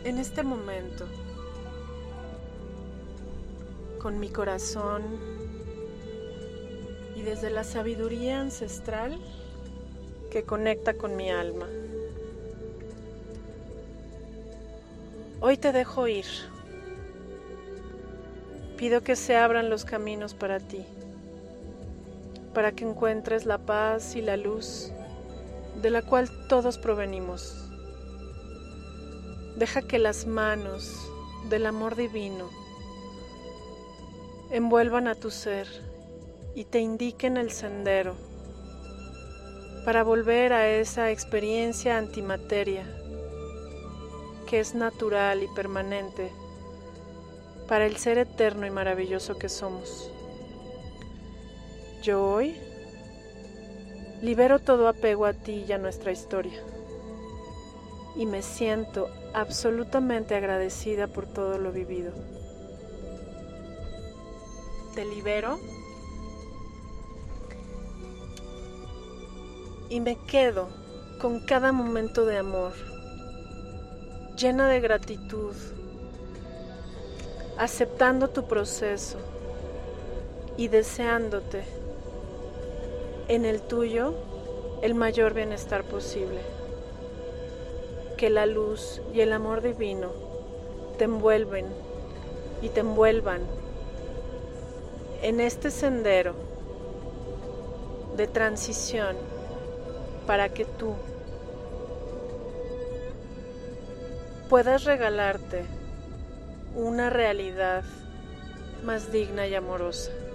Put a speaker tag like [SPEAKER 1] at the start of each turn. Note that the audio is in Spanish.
[SPEAKER 1] En este momento, con mi corazón y desde la sabiduría ancestral que conecta con mi alma, hoy te dejo ir. Pido que se abran los caminos para ti, para que encuentres la paz y la luz de la cual todos provenimos. Deja que las manos del amor divino envuelvan a tu ser y te indiquen el sendero para volver a esa experiencia antimateria que es natural y permanente para el ser eterno y maravilloso que somos. Yo hoy libero todo apego a ti y a nuestra historia y me siento absolutamente agradecida por todo lo vivido. Te libero y me quedo con cada momento de amor, llena de gratitud, aceptando tu proceso y deseándote en el tuyo el mayor bienestar posible. Que la luz y el amor divino te envuelven y te envuelvan en este sendero de transición para que tú puedas regalarte una realidad más digna y amorosa.